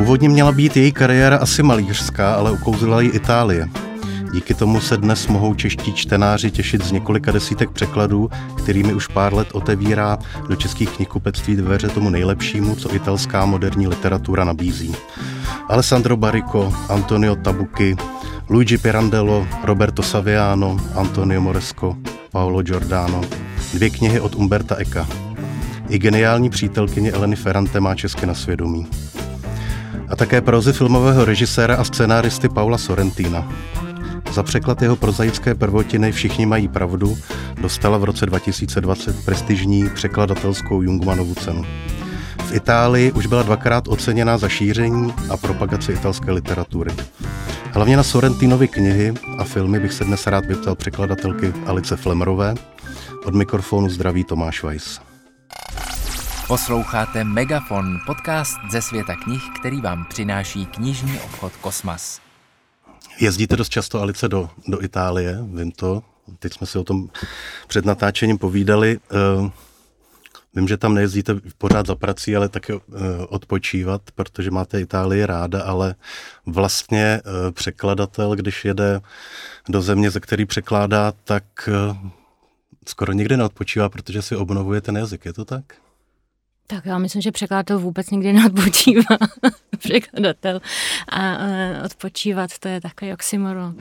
Původně měla být její kariéra asi malířská, ale ukouzlila ji Itálie. Díky tomu se dnes mohou čeští čtenáři těšit z několika desítek překladů, kterými už pár let otevírá do českých knihkupectví dveře tomu nejlepšímu, co italská moderní literatura nabízí. Alessandro Baricco, Antonio Tabucchi, Luigi Pirandello, Roberto Saviano, Antonio Moresco, Paolo Giordano. 2 knihy od Umberta Ecca. I geniální přítelkyně Eleny Ferrante má česky na svědomí. A také prózy filmového režiséra a scénáristy Paula Sorrentina. Za překlad jeho prozaické prvotiny Všichni mají pravdu dostala v roce 2020 prestižní překladatelskou Jungmannovu cenu. V Itálii už byla 2krát oceněna za šíření a propagaci italské literatury. Hlavně na Sorrentinovy knihy a filmy bych se dnes rád vyptal překladatelky Alice Flemmerové. Od mikrofonu zdraví Tomáš Weiss. Posloucháte Megafon, podcast ze světa knih, který vám přináší knižní obchod Kosmas. Jezdíte dost často, Alice, do Itálie, vím to. Teď jsme si o tom před natáčením povídali. Vím, že tam nejezdíte pořád za prací, ale také odpočívat, protože máte Itálii ráda, ale vlastně překladatel, když jede do země, ze který překládá, tak skoro nikdy neodpočívá, protože si obnovuje ten jazyk. Je to tak? Tak já myslím, že překladatel vůbec nikdy neodpočívá. Překladatel a odpočívat, to je takový oxymoron.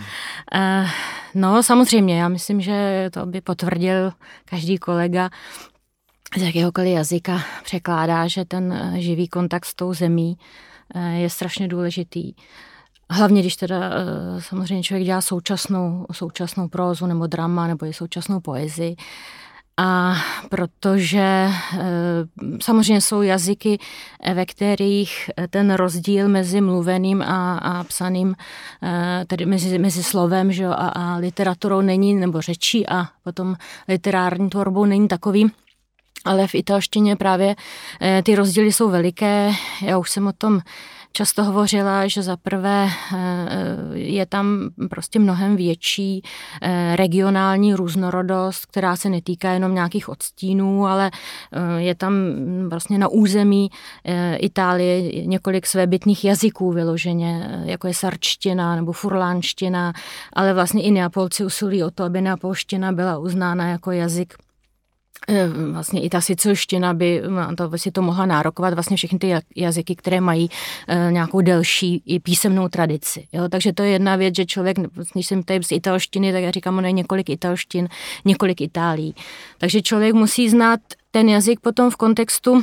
No samozřejmě, já myslím, že to by potvrdil každý kolega z jakéhokoliv jazyka překládá, že ten živý kontakt s tou zemí je strašně důležitý. Hlavně, když teda samozřejmě člověk dělá současnou prózu nebo drama nebo i současnou poezii. A protože samozřejmě jsou jazyky, ve kterých ten rozdíl mezi mluveným a psaným, tedy mezi slovem, že jo, a literaturou není, nebo řečí a potom literární tvorbou není takový. Ale v italštině právě ty rozdíly jsou veliké. Já už jsem o tom často hovořila, že zaprvé je tam prostě mnohem větší regionální různorodost, která se netýká jenom nějakých odstínů, ale je tam vlastně na území Itálie několik svébytných jazyků vyloženě, jako je sarčtina nebo furlánština, ale vlastně i Neapolci usilují o to, aby neapolština byla uznána jako jazyk. Vlastně i ta sicilština by si to mohla nárokovat, vlastně všechny ty jazyky, které mají nějakou delší i písemnou tradici. Jo? Takže to je jedna věc, že člověk, když jsem tady z italštiny, tak já říkám, ono je několik italštin, několik Itálií. Takže člověk musí znát ten jazyk potom v kontextu,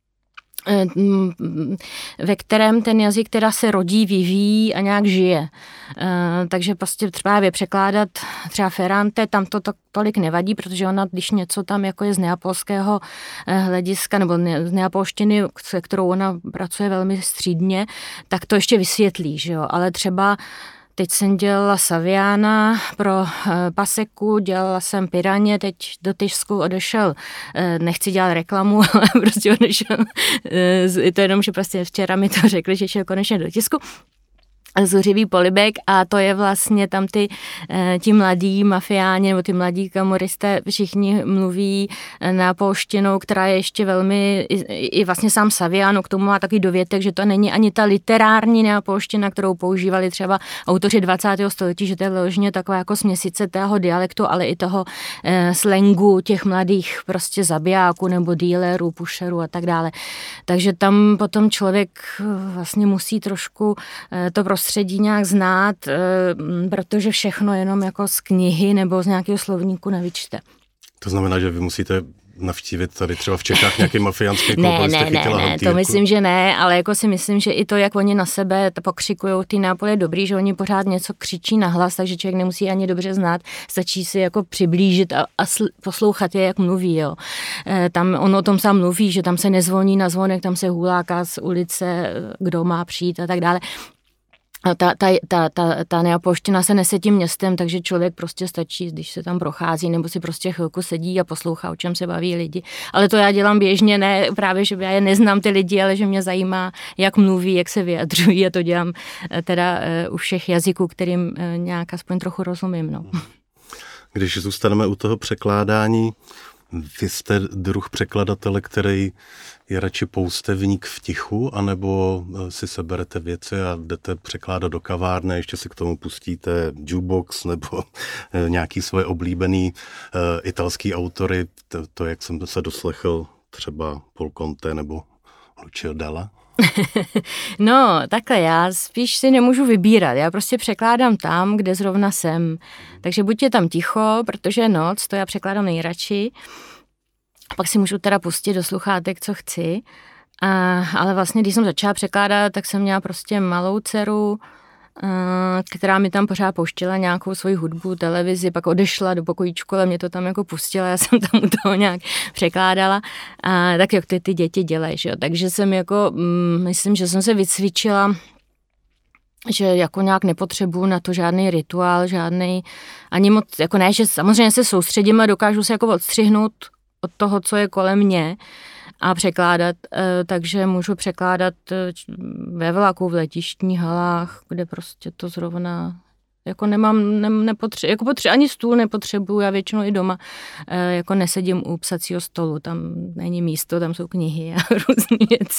ve kterém ten jazyk teda se rodí, vyvíjí a nějak žije. Takže prostě právě překládat třeba Ferrante, tam to tolik nevadí, protože ona, když něco tam jako je z neapolského hlediska, nebo z neapolštiny, se kterou ona pracuje velmi střídně, tak to ještě vysvětlí, že jo. Ale třeba teď jsem dělala Saviana pro Paseku, dělala jsem Piraně, teď do tisku odešel, nechci dělat reklamu, ale prostě odešel, to jenom, že prostě včera mi to řekli, že šel konečně do tisku. Zuřivý polibek a to je vlastně tam ti mladí mafiáni nebo ty mladí kamoristé, všichni mluví neapolštinou, která je ještě velmi, i vlastně sám Saviano k tomu má takový dovětek, že to není ani ta literární neapolština, kterou používali třeba autoři 20. století, že to je vyloženě taková jako směsice tého dialektu, ale i toho slangu těch mladých prostě zabijáků nebo dealerů, pusherů a tak dále. Takže tam potom člověk vlastně musí trošku to prostředí nějak znát, protože všechno jenom jako z knihy nebo z nějakého slovníku nevyčte. To znamená, že vy musíte navštívit tady třeba v Čechách nějaký mafiánský klub, abyste chytila hantýrku? To myslím, že ne, ale jako si myslím, že i to, jak oni na sebe pokřikujou, ty Neapol je dobrý, že oni pořád něco křičí nahlas, takže člověk nemusí ani dobře znát, stačí si jako přiblížit a poslouchat je, jak mluví, jo. Tam on o tom sám mluví, že tam se nezvoní na zvonek, tam se huláká z ulice, kdo má přijít a tak dále. Ta neapolština se nese tím městem, takže člověk prostě stačí, když se tam prochází, nebo si prostě chvilku sedí a poslouchá, o čem se baví lidi. Ale to já dělám běžně, ne právě, že já je neznám ty lidi, ale že mě zajímá, jak mluví, jak se vyjadřují a to dělám teda u všech jazyků, kterým nějak aspoň trochu rozumím. No. Když zůstaneme u toho překládání, Vy jste druh překladatele, který je radši poustevník v tichu, anebo si seberete věci a jdete překládat do kavárny, ještě si k tomu pustíte jukebox nebo nějaký svoje oblíbený italský autory, to, jak jsem se doslechl, třeba Paul Conte nebo Lucio Dalla? No, takhle, já spíš si nemůžu vybírat, já prostě překládám tam, kde zrovna jsem. Takže buď je tam ticho, protože je noc, to já překládám nejradši, pak si můžu teda pustit do sluchátek, co chci, ale vlastně, když jsem začala překládat, tak jsem měla prostě malou dceru, která mi tam pořád pouštěla nějakou svoji hudbu, televizi, pak odešla do pokojíčku, ale mě to tam jako pustila, já jsem tam u toho nějak překládala, a tak jak ty děti dělají, že jo? Takže jsem jako, myslím, že jsem se vycvičila, že jako nějak nepotřebuju na to žádný rituál, žádný, ani moc, jako ne, že samozřejmě se soustředím a dokážu se jako odstřihnout od toho, co je kolem mě, a překládat, takže můžu překládat ve vlaku, v letištních halách, kde prostě to zrovna, jako nemám, ani stůl nepotřebuju, já většinou i doma jako nesedím u psacího stolu, tam není místo, tam jsou knihy a různé věci,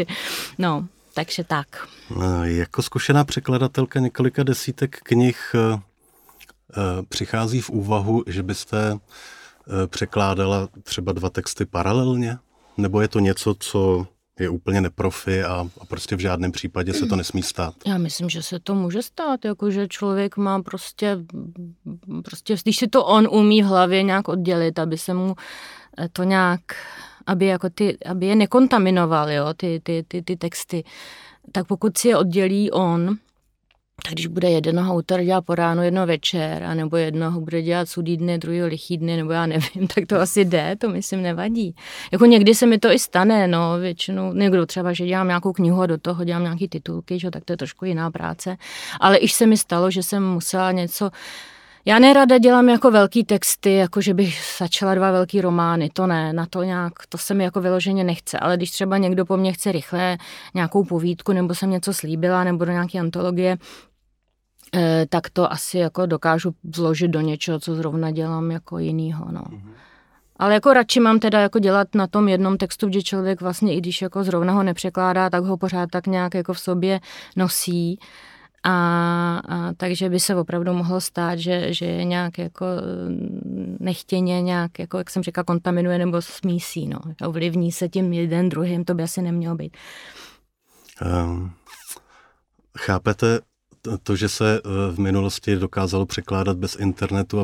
takže tak. Jako zkušená překladatelka několika desítek knih přichází v úvahu, že byste překládala třeba 2 texty paralelně? Nebo je to něco, co je úplně neprofi a prostě v žádném případě se to nesmí stát? Já myslím, že se to může stát, jakože člověk má prostě, když si to on umí v hlavě nějak oddělit, aby se mu to nějak, aby je nekontaminoval, jo, ty texty, tak pokud si je oddělí on, tak když bude jednoho autora dělat po ránu, jedno večer, anebo jednoho bude dělat sudý dny, druhýho lichý dny, nebo já nevím, tak to asi jde, to myslím nevadí. Jako někdy se mi to i stane, no, většinou, někdo třeba, že dělám nějakou knihu a do toho dělám nějaký titulky, že, tak to je trošku jiná práce, ale i se mi stalo, že jsem musela něco. Já nerada dělám jako velký texty, jako že bych začala 2 velký romány, to ne, na to nějak, to se mi jako vyloženě nechce, ale když třeba někdo po mně chce rychle nějakou povídku, nebo jsem něco slíbila, nebo do nějaké antologie, tak to asi jako dokážu vložit do něčeho, co zrovna dělám jako jinýho, no. Ale jako radši mám teda jako dělat na tom jednom textu, kde člověk vlastně, i když jako zrovna ho nepřekládá, tak ho pořád tak nějak jako v sobě nosí. A takže by se opravdu mohlo stát, že je nějak jako nechtěně nějak, jako jak jsem říkala, kontaminuje nebo smísí, no. Ovlivní se tím jeden druhým, to by asi nemělo být. Chápete to, že se v minulosti dokázalo překládat bez internetu a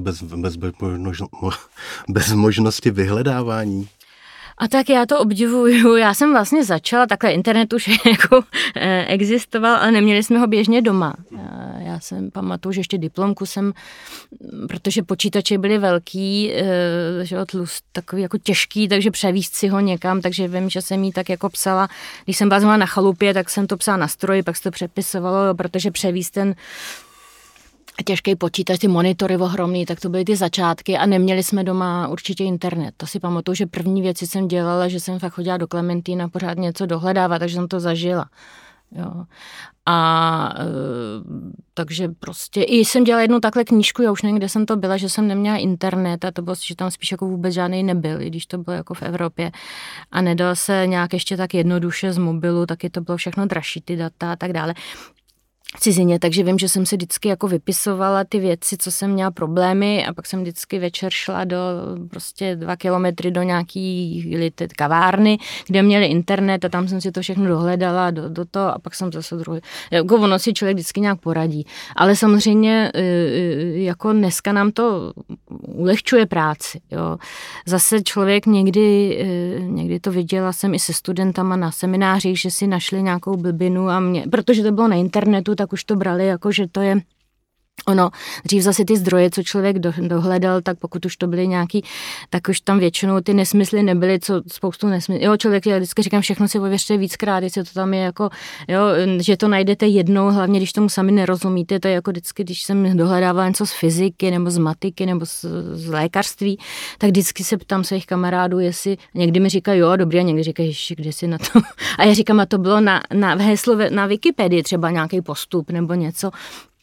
bez možnosti vyhledávání? A tak já to obdivuju. Já jsem vlastně začala, takhle internet už jako existoval, ale neměli jsme ho běžně doma. Já jsem pamatuju, že ještě diplomku jsem, protože počítače byly velký, že takový jako těžký, takže převízt si ho někam, takže vím, že jsem jí tak jako psala, když jsem byla na chalupě, tak jsem to psala na stroji, pak se to přepisovalo, protože převízt ten těžký počítač, ty monitory ohromný, tak to byly ty začátky a neměli jsme doma určitě internet. To si pamatuju, že první věci jsem dělala, že jsem fakt chodila do Klementína pořád něco dohledávat, takže jsem to zažila. Jo. A takže prostě i jsem dělala jednu takhle knížku, já už nevím, kde jsem to byla, že jsem neměla internet a to bylo, že tam spíš jako vůbec žádný nebyl, i když to bylo jako v Evropě a nedal se nějak ještě tak jednoduše z mobilu, taky to bylo všechno dražší, ty data a tak dále. Cizině, takže vím, že jsem si vždycky jako vypisovala ty věci, co jsem měla problémy a pak jsem vždycky večer šla do prostě 2 kilometry do nějaký kavárny, kde měli internet a tam jsem si to všechno dohledala do toho a pak jsem zase druhý. Jako ono si člověk vždycky nějak poradí. Ale samozřejmě jako dneska nám to ulehčuje práci. Jo. Zase člověk někdy to viděla jsem i se studentama na seminářích, že si našli nějakou blbinu a protože to bylo na internetu, tak už to brali jako, že to je ono. Dřív zase ty zdroje, co člověk dohledal, tak pokud už to byly nějaký, tak už tam většinou ty nesmysly nebyly, co spoustu nesmyslů. Jo, člověk, já vždycky říkám, všechno si ověřte víckrát, jestli to tam je jako, jo, že to najdete jednou, hlavně když tomu sami nerozumíte, to je jako vždycky, když jsem dohledávala něco z fyziky, nebo z matiky, nebo z lékařství, tak vždycky se ptám svých kamarádů, jestli, někdy mi říkají, jo, dobrý, a někdy říkají, kde si na to, a já říkám, a to bylo na heslo na Wikipedii třeba nějaký postup, nebo něco.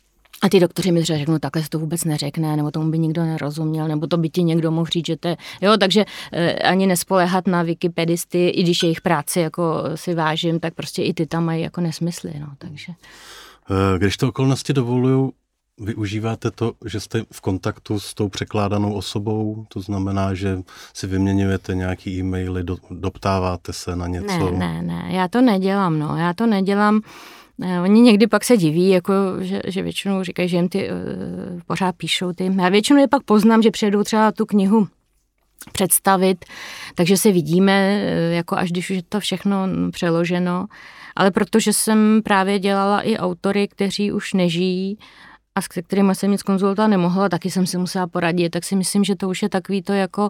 A ty doktoři mi třeba řeknou, takhle se to vůbec neřekne, nebo tomu by nikdo nerozuměl, nebo to by ti někdo mohl říct, že to je, jo, takže ani nespoléhat na wikipedisty, i když jejich práci jako si vážím, tak prostě i ty tam mají jako nesmysly, no, takže. Když to okolnosti dovolujou, využíváte to, že jste v kontaktu s tou překládanou osobou, to znamená, že si vyměňujete nějaký e-maily, doptáváte se na něco? Ne, já to nedělám, no, já to nedělám. Oni někdy pak se diví, jako, že většinou říkají, že jim ty pořád píšou ty. Já většinou je pak poznám, že přijedou třeba tu knihu představit, takže se vidíme, jako až když už je to všechno přeloženo. Ale protože jsem právě dělala i autory, kteří už nežijí a s kterými jsem nic konzultovat nemohla, taky jsem si musela poradit, tak si myslím, že to už je takový to jako...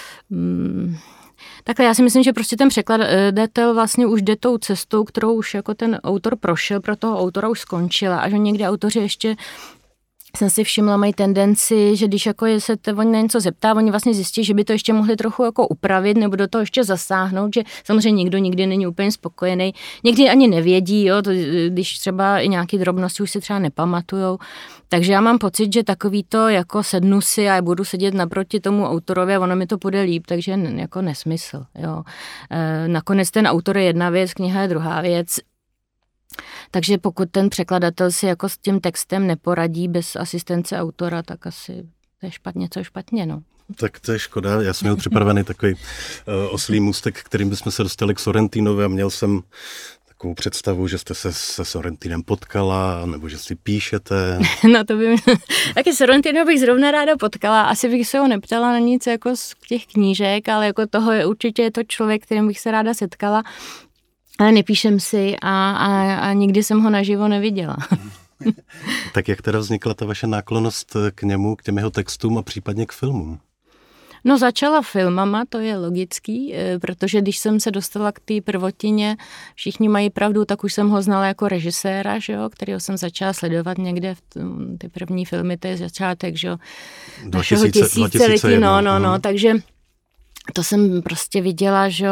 Takhle já si myslím, že prostě ten překladatel vlastně už jde tou cestou, kterou už jako ten autor prošel, pro toho autora už skončila a že někdy autoři ještě, jsem si všimla, mají tendenci, že když jako se oni na něco zeptá, oni vlastně zjistí, že by to ještě mohli trochu jako upravit nebo do toho ještě zasáhnout, že samozřejmě nikdo nikdy není úplně spokojený, někdy ani nevědí, jo, to, když třeba i nějaký drobnosti už si třeba nepamatujou. Takže já mám pocit, že takový to jako sednu si a budu sedět naproti tomu autorovi a ono mi to půjde líp, takže jako nesmysl. Jo. Nakonec ten autor je jedna věc, kniha je druhá věc. Takže pokud ten překladatel si jako s tím textem neporadí bez asistence autora, tak asi to je špatně, no. Tak to je škoda, já jsem měl připravený takový oslý můstek, kterým bychom se dostali k Sorrentinovi a měl jsem takovou představu, že jste se se Sorrentinem potkala, nebo že si píšete. No to by taky Sorrentino bych zrovna ráda potkala, asi bych se ho neptala na nic jako z těch knížek, ale jako toho je určitě to člověk, kterým bych se ráda setkala. Ale nepíšem si a nikdy jsem ho naživo neviděla. Tak jak teda vznikla ta vaše náklonnost k němu, k těm jeho textům a případně k filmům? No začala filmama, to je logický, protože když jsem se dostala k té prvotině, Všichni mají pravdu, tak už jsem ho znala jako režiséra, že jo, kterého jsem začala sledovat někde v ty první filmy, to je začátek, že jo, našeho tisíciletí, no, takže to jsem prostě viděla, že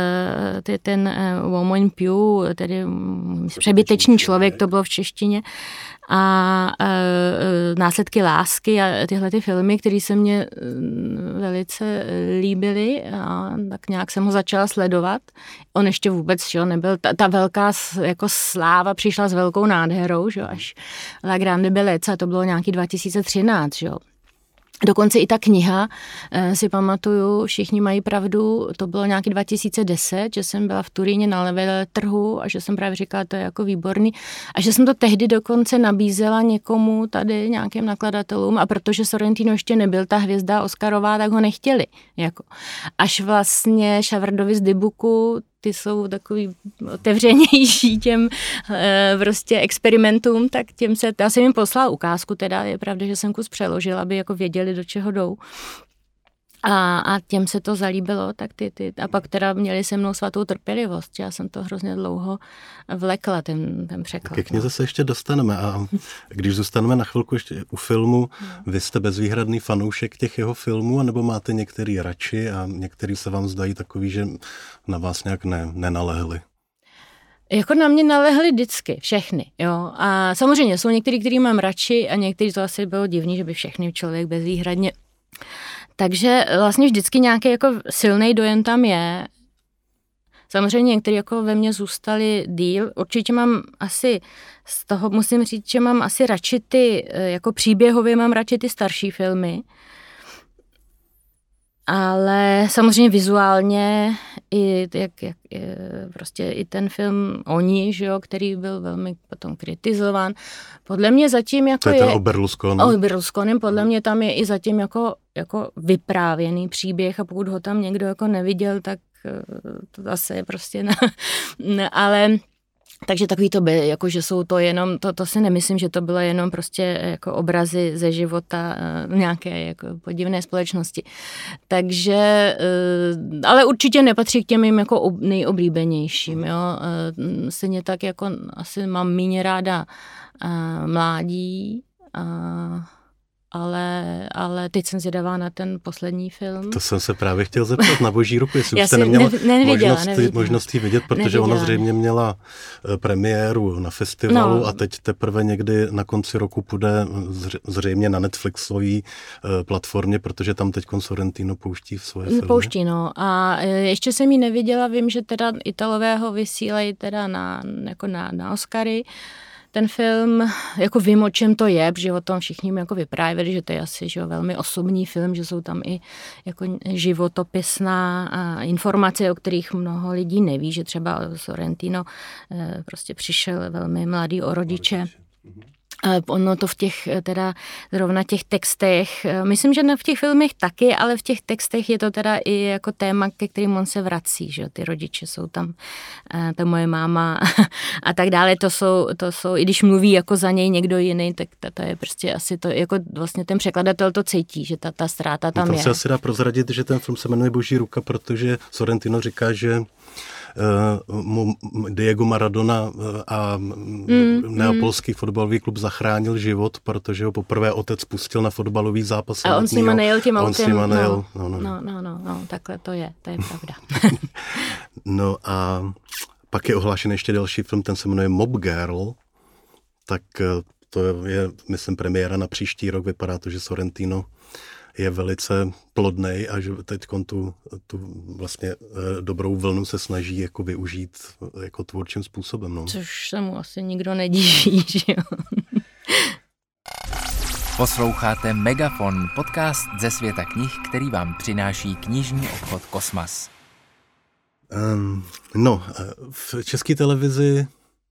ten Woman Pew, tedy přebytečný člověk, to bylo v češtině, a Následky lásky a tyhle ty filmy, které se mně velice líbily a tak nějak jsem ho začala sledovat. On ještě vůbec, že nebyl, ta velká jako sláva přišla s velkou nádherou, že až La Grande Bellezza, a to bylo nějaký 2013, že jo. Dokonce i ta kniha, si pamatuju, Všichni mají pravdu, to bylo nějaký 2010, že jsem byla v Turíně na veletrhu a že jsem právě říkala, to je jako výborný a že jsem to tehdy dokonce nabízela někomu tady, nějakým nakladatelům a protože Sorrentino ještě nebyl ta hvězda Oscarová, tak ho nechtěli. Jako. Až vlastně Šavardovi z Dybuku, ty jsou takový otevřenější těm prostě experimentům, tak já jsem jim poslala ukázku, teda je pravda, že jsem kus přeložila, aby jako věděli, do čeho jdou. A těm se to zalíbilo, tak a pak teda měli se mnou svatou trpělivost. Já jsem to hrozně dlouho vlekla, ten překlad. Ke knize se ještě dostaneme a když zůstaneme na chvilku ještě u filmu, vy jste bezvýhradný fanoušek těch jeho filmů, anebo máte některý radši a některý se vám zdají takový, že na vás nějak nenalehli? Jako na mě nalehly vždycky, všechny, jo. A samozřejmě jsou některý, který mám radši a některý to asi bylo divný, že by všechny člověk bezvýhradně. Takže vlastně vždycky nějaký jako silný dojem tam je. Samozřejmě některý jako ve mně zůstali díl. Určitě mám asi, z toho musím říct, že mám asi radši ty, jako příběhově mám radši ty starší filmy. Ale samozřejmě vizuálně i prostě i ten film Oni, že jo, který byl velmi potom kritizován. Podle mě zatím jako to je ten o Berlusconem. O Berlusconem, podle mě tam je i zatím jako vyprávěný příběh a pokud ho tam někdo jako neviděl, tak to zase je prostě ale takže takový to by, jako že jsou to jenom, to si nemyslím, že to bylo jenom prostě jako obrazy ze života nějaké jako podivné společnosti. Takže, ale určitě nepatří k těm jim jako nejoblíbenějším, jo. Stejně tak jako asi mám méně ráda Mládí ale teď jsem zvědavá na ten poslední film. To jsem se právě chtěl zeptat na Boží ruku, jestli už jste neviděla. možnost vidět, protože ona zřejmě měla premiéru na festivalu a teď teprve někdy na konci roku půjde zřejmě na Netflixové platformě, protože tam teď Sorrentino pouští v svoje filmy. Pouští, no. A ještě jsem ji neviděla, vím, že teda Italové ho vysílají teda na Oscary. Ten film, jako vím, o čem to je, protože o tom všichni mi jako vyprávěli, že to je asi že velmi osobní film, že jsou tam i jako životopisná informace, o kterých mnoho lidí neví, že třeba Sorrentino prostě přišel velmi mladý o rodiče. Ono to v těch, teda zrovna těch textech, myslím, že ne v těch filmech taky, ale v těch textech je to teda i jako téma, ke kterým on se vrací, že ty rodiče jsou tam, ta moje máma a tak dále, to jsou, i když mluví jako za něj někdo jiný, tak to je prostě asi to, jako vlastně ten překladatel to cítí, že ta ztráta tam je. Tam se asi dá prozradit, že ten film se jmenuje Boží ruka, protože Sorrentino říká, že Diego Maradona a neapolský fotbalový klub zachránil život, protože ho poprvé otec pustil na fotbalový zápas. A on s nima nejel tím autem. No, takhle to je pravda. No a pak je ohlášen ještě další film, ten se jmenuje Mob Girl, tak to je, myslím, premiéra na příští rok, vypadá to, že Sorrentino je velice plodnej a že teď tu vlastně dobrou vlnu se snaží jako využít jako tvůrčím způsobem. No. Což se mu asi nikdo nedíví, že jo. Posloucháte Megafon, podcast ze světa knih, který vám přináší knižní obchod Kosmas. V České televizi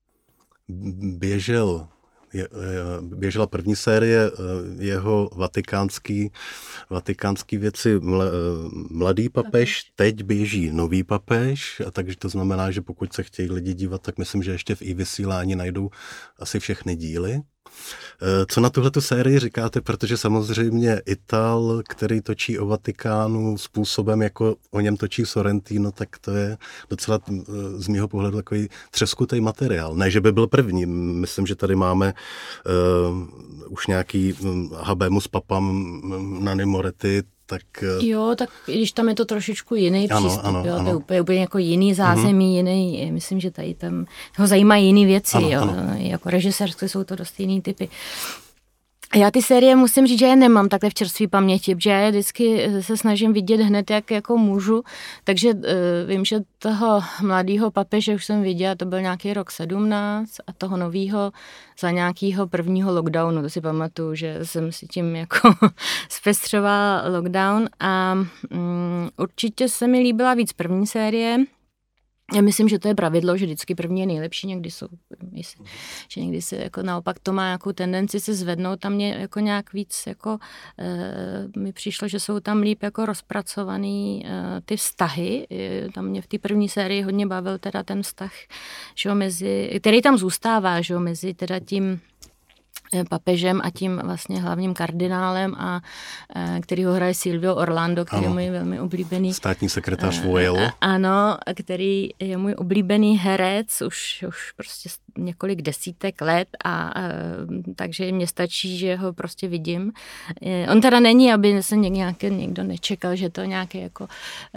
běžela první série jeho vatikánský věci Mladý papež, teď běží Nový papež, a takže to znamená, že pokud se chtějí lidi dívat, tak myslím, že ještě v i-vysílání najdou asi všechny díly. Co na tuhletu sérii říkáte, protože samozřejmě Ital, který točí o Vatikánu způsobem, jako o něm točí Sorrentino, tak to je docela z mýho pohledu takový třeskutej materiál. Ne, že by byl první. Myslím, že tady máme už nějaký Habemus Papam Nanni Moretti, tak... Jo, tak i když tam je to trošičku jiný přístup, ano. To je úplně jako jiný zázemí, jiný, myslím, že tady tam ho zajímají jiný věci, ano. Jako režisérské jsou to dost jiný typy. Já ty série musím říct, že je nemám takhle v čerstvé paměti, protože já je vždycky se snažím vidět hned, jak jako můžu, takže vím, že toho Mladýho papeže už jsem viděla, to byl nějaký rok 17 a toho novýho za nějakého prvního lockdownu, to si pamatuju, že jsem si tím jako zpestřovala lockdown a určitě se mi líbila víc první série. Já myslím, že to je pravidlo, že vždycky první je nejlepší, někdy jsou, že někdy se jako naopak to má nějakou tendenci se zvednout, tam mě jako nějak víc jako mi přišlo, že jsou tam líp jako rozpracovaný ty vztahy, tam mě v té první sérii hodně bavil teda ten vztah, že který tam zůstává, že mezi teda tím papežem a tím vlastně hlavním kardinálem, a který ho hraje Silvio Orlando, který je můj velmi oblíbený. Státní sekretář Voyel. Ano, který je můj oblíbený herec už prostě několik desítek let a takže mě stačí, že ho prostě vidím. On teda není, aby se někdo nečekal, že to nějaký jako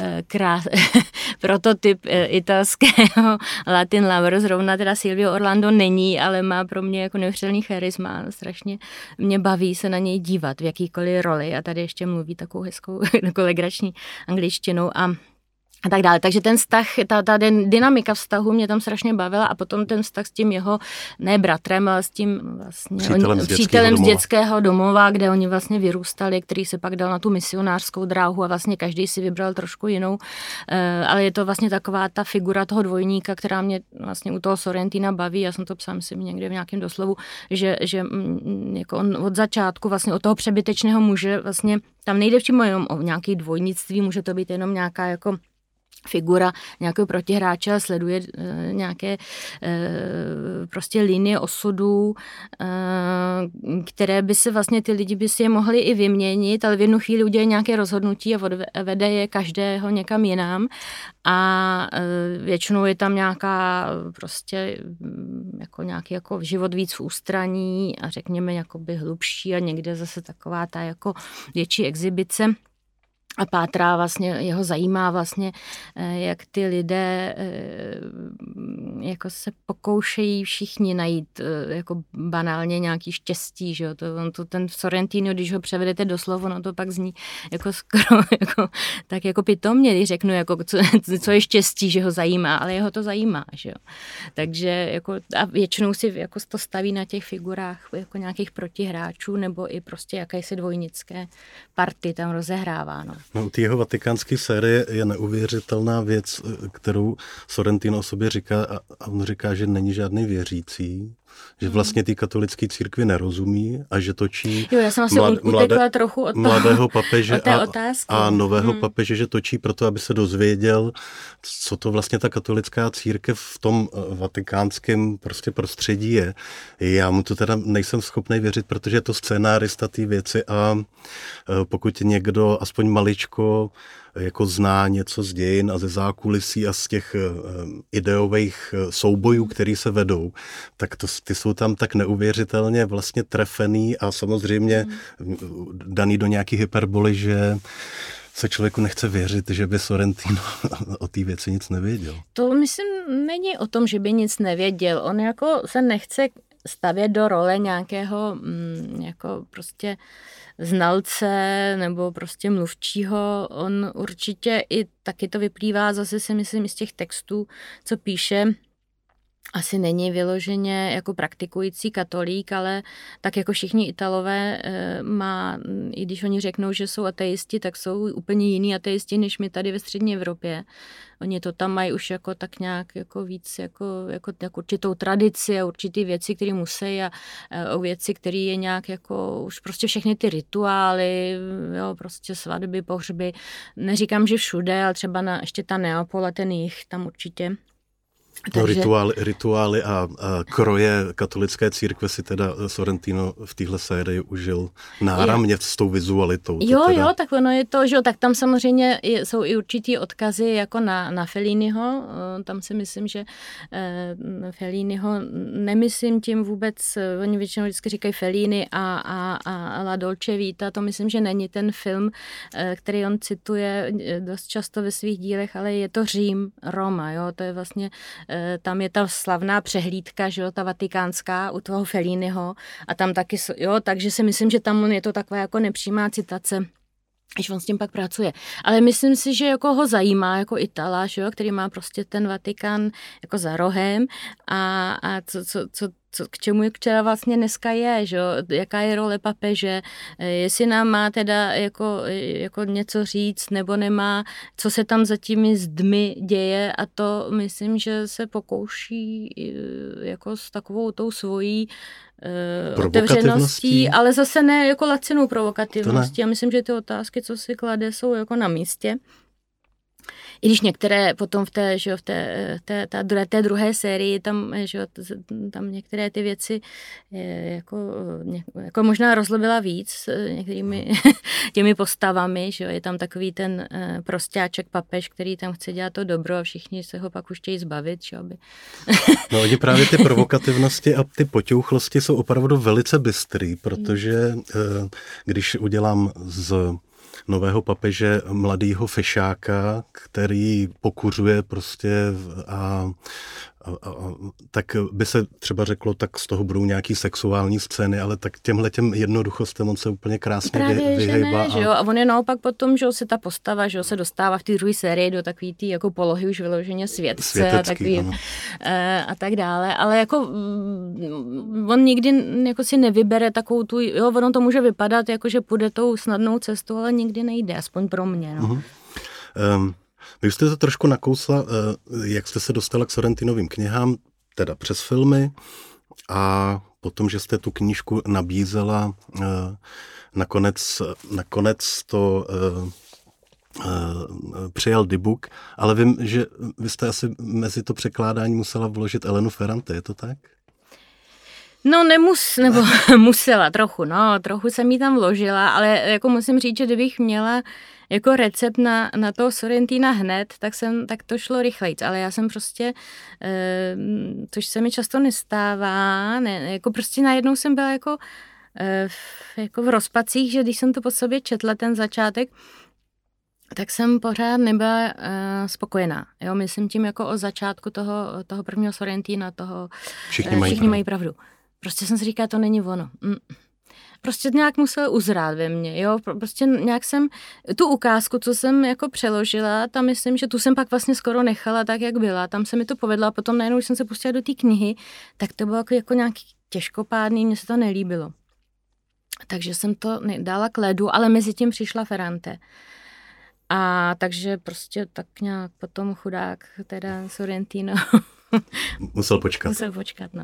prototyp italského Latin lover, zrovna teda Silvio Orlando není, ale má pro mě jako neuvěřitelný charisma, strašně mě baví se na něj dívat v jakýkoliv roli a tady ještě mluví takovou hezkou jako legrační angličtinou a tak dále. Takže ten vztah, ta dynamika vztahu mě tam strašně bavila a potom ten vztah s tím jeho, ne bratrem, ale s tím vlastně přítelem z dětského domova, kde oni vlastně vyrůstali, který se pak dal na tu misionářskou dráhu a vlastně každý si vybral trošku jinou, ale je to vlastně taková ta figura toho dvojníka, která mě vlastně u toho Sorrentina baví, já jsem to psala myslím někde v nějakém doslovu, že jako on od začátku vlastně od toho přebytečného muže vlastně tam nejde v čím jenom o nějaké dvojnictví, může to být jenom nějaká jako figura nějakého protihráče a sleduje nějaké prostě linie osudů, které by se vlastně ty lidi by si je mohli i vyměnit, ale v jednu chvíli udělají nějaké rozhodnutí a vede je každého někam jinam a většinou je tam nějaká prostě jako nějaký jako život víc v ústraní a řekněme jakoby hlubší a někde zase taková ta jako větší exibice. A pátrá vlastně, jeho zajímá vlastně, jak ty lidé jako se pokoušejí všichni najít jako banálně nějaký štěstí, že jo. Ten Sorrentino, když ho převedete do slov, ono to pak zní jako skoro jako, tak jako pitomně, když řeknu, jako, co je štěstí, že ho zajímá, ale jeho to zajímá, že jo. Takže jako, a většinou si jako to staví na těch figurách jako nějakých protihráčů nebo i prostě jakési dvojnické party tam rozehrává, no. No, ty jeho vatikánské série je neuvěřitelná věc, kterou Sorrentino o sobě říká a on říká, že není žádný věřící, že vlastně ty katolické církvi nerozumí a že točí já jsem asi utekla trochu od toho, mladého papeže a nového papeže, že točí proto, aby se dozvěděl, co to vlastně ta katolická církev v tom vatikánském prostě prostředí je. Já mu to teda nejsem schopný věřit, protože je to scénárista té věci a pokud někdo aspoň maličko jako zná něco z dějin a ze zákulisí a z těch ideových soubojů, který se vedou, tak ty jsou tam tak neuvěřitelně vlastně trefený a samozřejmě daný do nějaký hyperboly, že se člověku nechce věřit, že by Sorrentino o té věci nic nevěděl. To myslím není o tom, že by nic nevěděl. On jako se nechce stavět do role nějakého jako prostě znalce nebo prostě mluvčího. On určitě i taky to vyplývá, zase si myslím z těch textů, co píše, asi není vyloženě jako praktikující katolík, ale tak jako všichni Italové má, i když oni řeknou, že jsou ateisti, tak jsou úplně jiný ateisti, než my tady ve střední Evropě. Oni to tam mají už jako tak nějak jako víc jako určitou tradici a určitý věci, které musí a o věci, které je nějak jako už prostě všechny ty rituály, jo, prostě svatby, pohřby. Neříkám, že všude, ale třeba ještě ta Neapol a ten jich tam určitě. No, rituály a kroje katolické církve si teda Sorrentino v téhle sérii užil náramně s tou vizualitou. Jo, tak ono je to, že tak tam samozřejmě jsou i určitý odkazy jako na Felliniho. Tam si myslím, že Felliniho nemyslím tím vůbec, oni většinou vždycky říkají Fellini a La Dolce Vita, to myslím, že není ten film, který on cituje dost často ve svých dílech, ale je to Řím, Roma, jo, to je vlastně tam je ta slavná přehlídka, že jo, ta vatikánská u toho Felliniho a tam taky, jo, takže si myslím, že tam je to taková jako nepřímá citace, když on s tím pak pracuje. Ale myslím si, že jako ho zajímá jako Itala, že jo, který má prostě ten Vatikán jako za rohem a k čemu včera vlastně dneska je, že jo? Jaká je role papeže, jestli nám má teda jako něco říct, nebo nemá, co se tam za těmi zdmi děje a to myslím, že se pokouší jako s takovou tou svojí otevřeností, ale zase ne jako lacinou provokativností. Já myslím, že ty otázky, co si klade, jsou jako na místě. I když některé potom v té druhé sérii tam, že, tam některé ty věci jako možná rozlobila víc některými těmi postavami, že je tam takový ten prostáček papež, který tam chce dělat to dobro a všichni se ho pak už chtějí zbavit, že aby. No oni právě ty provokativnosti a ty poťouchlosti jsou opravdu velice bystrý, protože když udělám z nového papeže mladýho fešáka, který pokuřuje prostě a tak by se třeba řeklo, tak z toho budou nějaký sexuální scény, ale tak těmhletěm jednoduchostem on se úplně krásně vyhejbá. Že jo? A on je naopak potom, že se ta postava, že se dostává v té druhé sérii do takový ty jako polohy už vyloženě světce a takový, a tak dále, ale jako on nikdy jako si nevybere takovou tu, jo, ono to může vypadat jako, že půjde tou snadnou cestou, ale nikdy nejde, aspoň pro mě. No. Vy jste to trošku nakousla, jak jste se dostala k Sorrentinovým knihám, teda přes filmy a potom, že jste tu knížku nabízela, nakonec to přijal Dybbuk, ale vím, že vy jste asi mezi to překládání musela vložit Elenu Ferrante, je to tak? No nebo musela trochu jsem jí tam vložila, ale jako musím říct, že kdybych měla jako recept na toho Sorrentina hned, tak to šlo rychlejc, ale já jsem prostě, což se mi často nestává, jako prostě najednou jsem byla jako v rozpacích, že když jsem to po sobě četla ten začátek, tak jsem pořád nebyla spokojená. Jo? Myslím tím jako o začátku toho prvního Sorrentina, toho Všichni mají pravdu. Prostě jsem si říkala, to není ono. Prostě nějak musel uzrát ve mně, jo, prostě nějak jsem, tu ukázku, co jsem jako přeložila, tam myslím, že tu jsem pak vlastně skoro nechala tak, jak byla, tam se mi to povedlo a potom najednou, když jsem se pustila do té knihy, tak to bylo jako nějaký těžkopádný, mně se to nelíbilo. Takže jsem to dala k ledu, ale mezi tím přišla Ferrante. A takže prostě tak nějak potom chudák, teda Sorrentino. Musel počkat, no.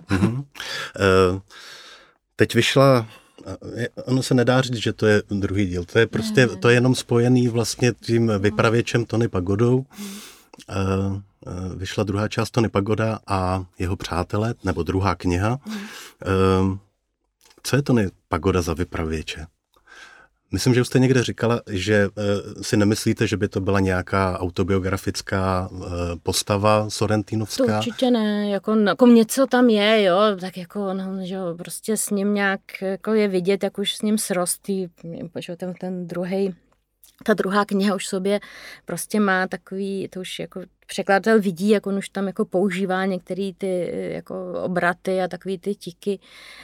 Teď vyšla, ono se nedá říct, že to je druhý díl, to je prostě, to je jenom spojený vlastně tím vypravěčem Tony Pagodou. Vyšla druhá část Tony Pagoda a jeho přátelé, nebo druhá kniha. Co je Tony Pagoda za vypravěče? Myslím, že už jste někde říkala, že si nemyslíte, že by to byla nějaká autobiografická postava sorrentinovská? To určitě ne, jako něco tam je, jo, tak jako, no, že jo, prostě s ním nějak jako je vidět, jak už s ním srostý, ten druhej, ta druhá kniha už sobě prostě má takový, to už jako překladatel vidí, jak on už tam jako používá některé ty jako obraty a takový ty tiky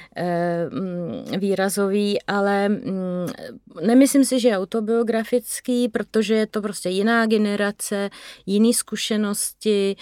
výrazový, ale nemyslím si, že je autobiografický, protože je to prostě jiná generace, jiný zkušenosti,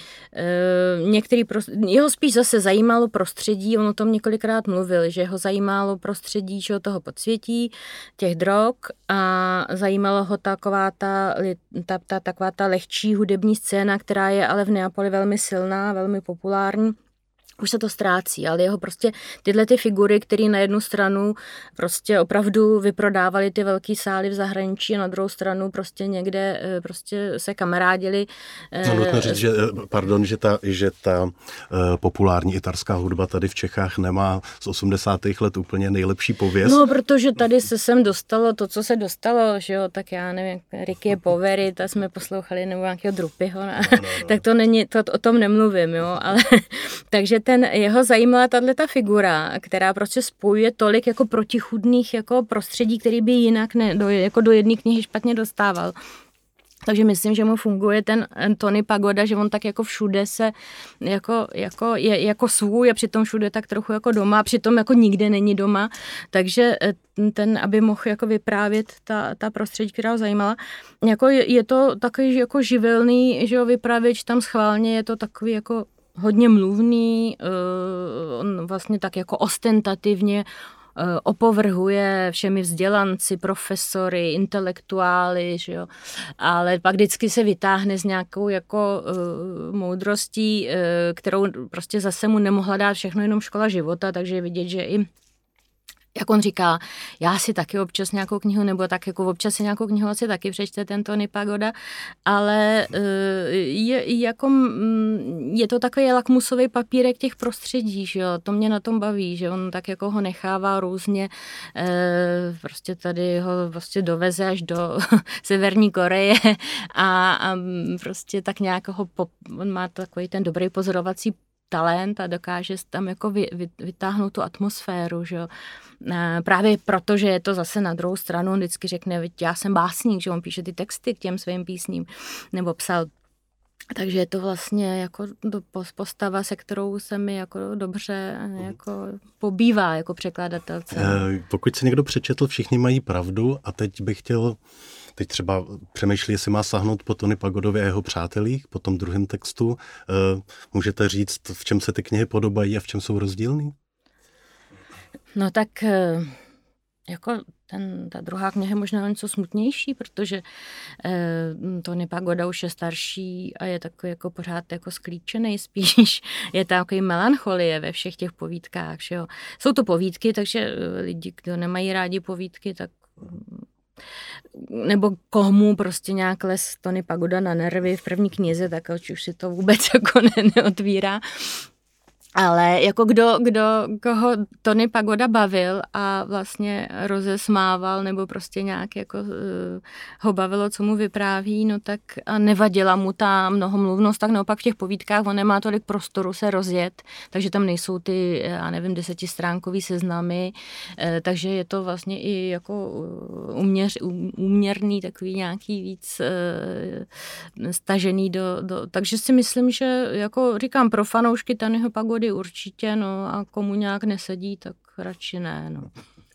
jeho spíš zase zajímalo prostředí, on o tom několikrát mluvil, že ho zajímalo prostředí toho podsvětí, těch drog a zajímalo ho taková ta lehčí hudební scéna, která je ale v Neapoli velmi silná, velmi populární. Už se to ztrácí, ale jeho prostě tyhle ty figury, které na jednu stranu prostě opravdu vyprodávaly ty velký sály v zahraničí a na druhou stranu prostě někde prostě se kamarádili. No, nutno říct, že ta populární italská hudba tady v Čechách nemá z 80. let úplně nejlepší pověst. No, protože tady se sem dostalo to, co se dostalo, že jo, tak já nevím, Ricky Poveri, ta jsme poslouchali, nebo nějakého Drupyho, tak to není, o tom nemluvím, jo, ale takže jeho zajímala tato figura, která prostě spojuje tolik jako protichůdných jako prostředí, který by jinak jako do jedné knihy špatně dostával. Takže myslím, že mu funguje ten Tony Pagoda, že on tak jako všude se je jako svůj a přitom všude tak trochu jako doma a přitom jako nikde není doma. Takže ten, aby mohl jako vyprávět ta prostředí, která ho zajímala. Jako je to takový jako živelný, že ho vyprávěč tam schválně, je to takový jako hodně mluvný, on vlastně tak jako ostentativně opovrhuje všemi vzdělanci, profesory, intelektuály, že jo? Ale pak vždycky se vytáhne s nějakou jako moudrostí, kterou prostě zase mu nemohla dát všechno jenom škola života, takže je vidět, že i jak on říká, já si taky občas nějakou knihu, nebo tak jako občas si nějakou knihu asi taky přečte ten Tony Pagoda, ale je to takový lakmusový papírek těch prostředí, že jo, to mě na tom baví, že on tak jako ho nechává různě, prostě tady ho prostě doveze až do Severní Koreje a prostě tak nějak on má takový ten dobrý pozorovací talent a dokáže tam jako vytáhnout tu atmosféru, že jo. Právě proto, že je to zase na druhou stranu, on vždycky řekne, já jsem básník, že on píše ty texty k těm svým písním, nebo psal. Takže je to vlastně jako postava, se kterou se mi jako dobře jako pobývá jako překladatelce. Pokud se někdo přečetl Všichni mají pravdu a teď třeba přemýšlí, jestli má sáhnout po Tony Pagodovi a jeho přátelích, po tom druhém textu. Můžete říct, v čem se ty knihy podobají a v čem jsou rozdílný? No tak jako ta druhá kniha je možná něco smutnější, protože Tony Pagoda už je starší a je takový jako pořád jako sklíčený spíš. Je takový melancholie ve všech těch povídkách, že jo. Jsou to povídky, takže lidi, kdo nemají rádi povídky, tak nebo komu prostě nějak les Tony Pagoda na nervy v první knize, tak už si to vůbec jako neotvírá. Ale jako koho Tony Pagoda bavil a vlastně rozesmával nebo prostě nějak jako ho bavilo, co mu vypráví, no tak a nevadila mu ta mnohomluvnost, tak naopak v těch povídkách on nemá tolik prostoru se rozjet, takže tam nejsou ty, já nevím, 10stránkový seznamy, takže je to vlastně i jako úměrný, takový nějaký víc stažený takže si myslím, že jako říkám pro fanoušky Tonyho Pagody určitě, no a komu nějak nesedí, tak radši ne, no.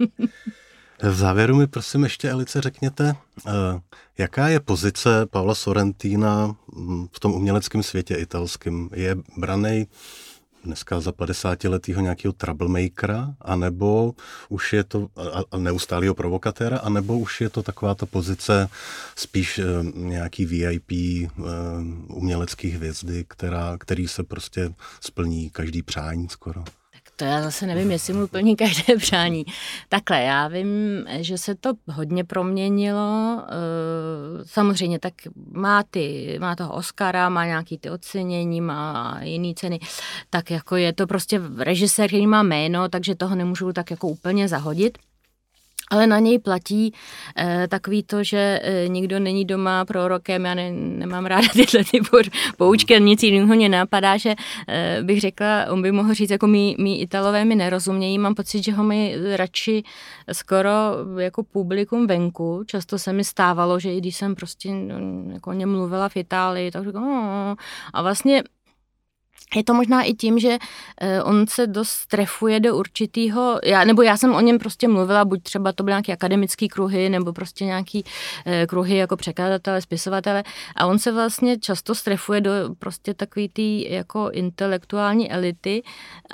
V závěru mi prosím ještě, Elice, řekněte, jaká je pozice Paola Sorrentina v tom uměleckém světě italském? Je branej dneska za 50letýho nějakého troublemakera, anebo už je to neustálého provokatéra, anebo už je to taková ta pozice spíš nějaký VIP umělecký hvězdy, který se prostě splní každý přání skoro. To já zase nevím, jestli mu plní každé přání. Takhle, já vím, že se to hodně proměnilo. Samozřejmě tak má toho Oscara, má nějaký ty ocenění, má jiný ceny. Tak jako je to prostě režisér, který má jméno, takže toho nemůžu tak jako úplně zahodit. Ale na něj platí takový to, že nikdo není doma prorokem, já nemám ráda tyhle ty poučky, nic jiného mě napadá, že bych řekla, on by mohl říct, jako my Italové mi nerozumějí, mám pocit, že ho mají radši skoro jako publikum venku, často se mi stávalo, že i když jsem prostě jako o něm mluvila v Itálii, tak říkám, a vlastně je to možná i tím, že on se dost trefuje do určitýho, já jsem o něm prostě mluvila, buď třeba to byly nějaké akademické kruhy, nebo prostě nějaký kruhy jako překladatele, spisovatele, a on se vlastně často strefuje do prostě takový ty jako intelektuální elity,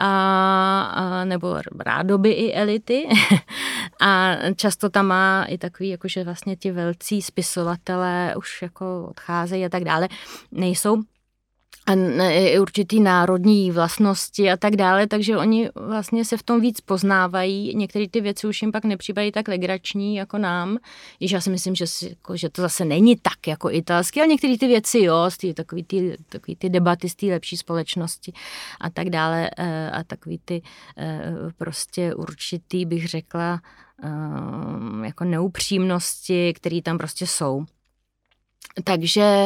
nebo rádoby i elity, a často tam má i takový, jakože vlastně ti velcí spisovatelé už jako odcházejí a tak dále, nejsou a určitý národní vlastnosti a tak dále, takže oni vlastně se v tom víc poznávají. Některé ty věci už jim pak nepřipadají tak legrační jako nám. Již já si myslím, že to zase není tak jako italský, ale některé ty věci jo, takový ty debaty z té lepší společnosti a tak dále a takový ty prostě určitý, bych řekla, jako neupřímnosti, které tam prostě jsou. Takže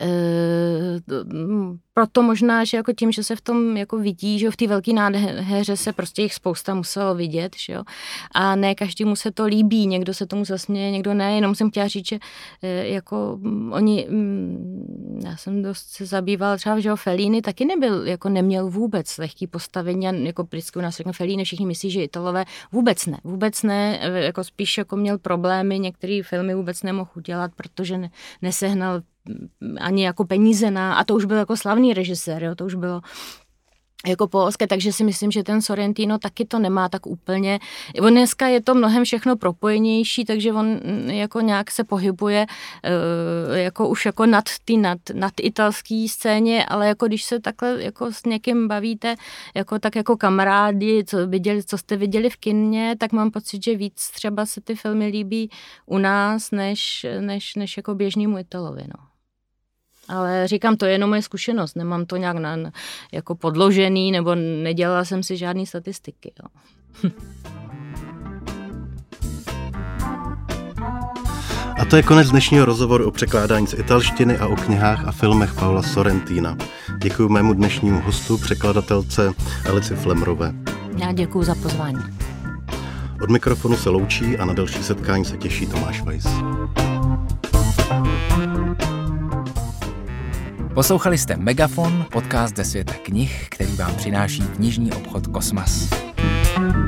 proto možná, že jako tím, že se v tom jako vidí, že v té velké nádheře se prostě jich spousta muselo vidět, že jo? A ne každému se to líbí, někdo se tomu zasměje, někdo ne, jenom jsem chtěla říct, že jako oni, já jsem dost se zabývala třeba, že Fellini taky neměl vůbec lehký postavení a jako vždycky u nás řekne Fellini, všichni myslí, že Italové vůbec ne, jako spíš jako měl problémy, některé filmy vůbec nemohl udělat, protože nesehnal ani jako peníze a to už byl jako slavný režisér, jo, to už bylo jako po Oscar, takže si myslím, že ten Sorrentino taky to nemá tak úplně. On dneska je to mnohem všechno propojenější, takže on jako nějak se pohybuje jako už jako nad italský scéně, ale jako když se takhle jako s někým bavíte, jako tak jako kamarádi, co jste viděli v kině, tak mám pocit, že víc třeba se ty filmy líbí u nás, než jako běžnému Italovi, no. Ale říkám, to je jenom moje zkušenost, nemám to nějak jako podložený, nebo nedělala jsem si žádný statistiky. Jo. A to je konec dnešního rozhovoru o překládání z italštiny a o knihách a filmech Paola Sorrentina. Děkuji mému dnešnímu hostu, překladatelce Elici Flemrové. Já děkuji za pozvání. Od mikrofonu se loučí a na další setkání se těší Tomáš Weiss. Poslouchali jste Megafon, podcast ze světa knih, který vám přináší knižní obchod Kosmas.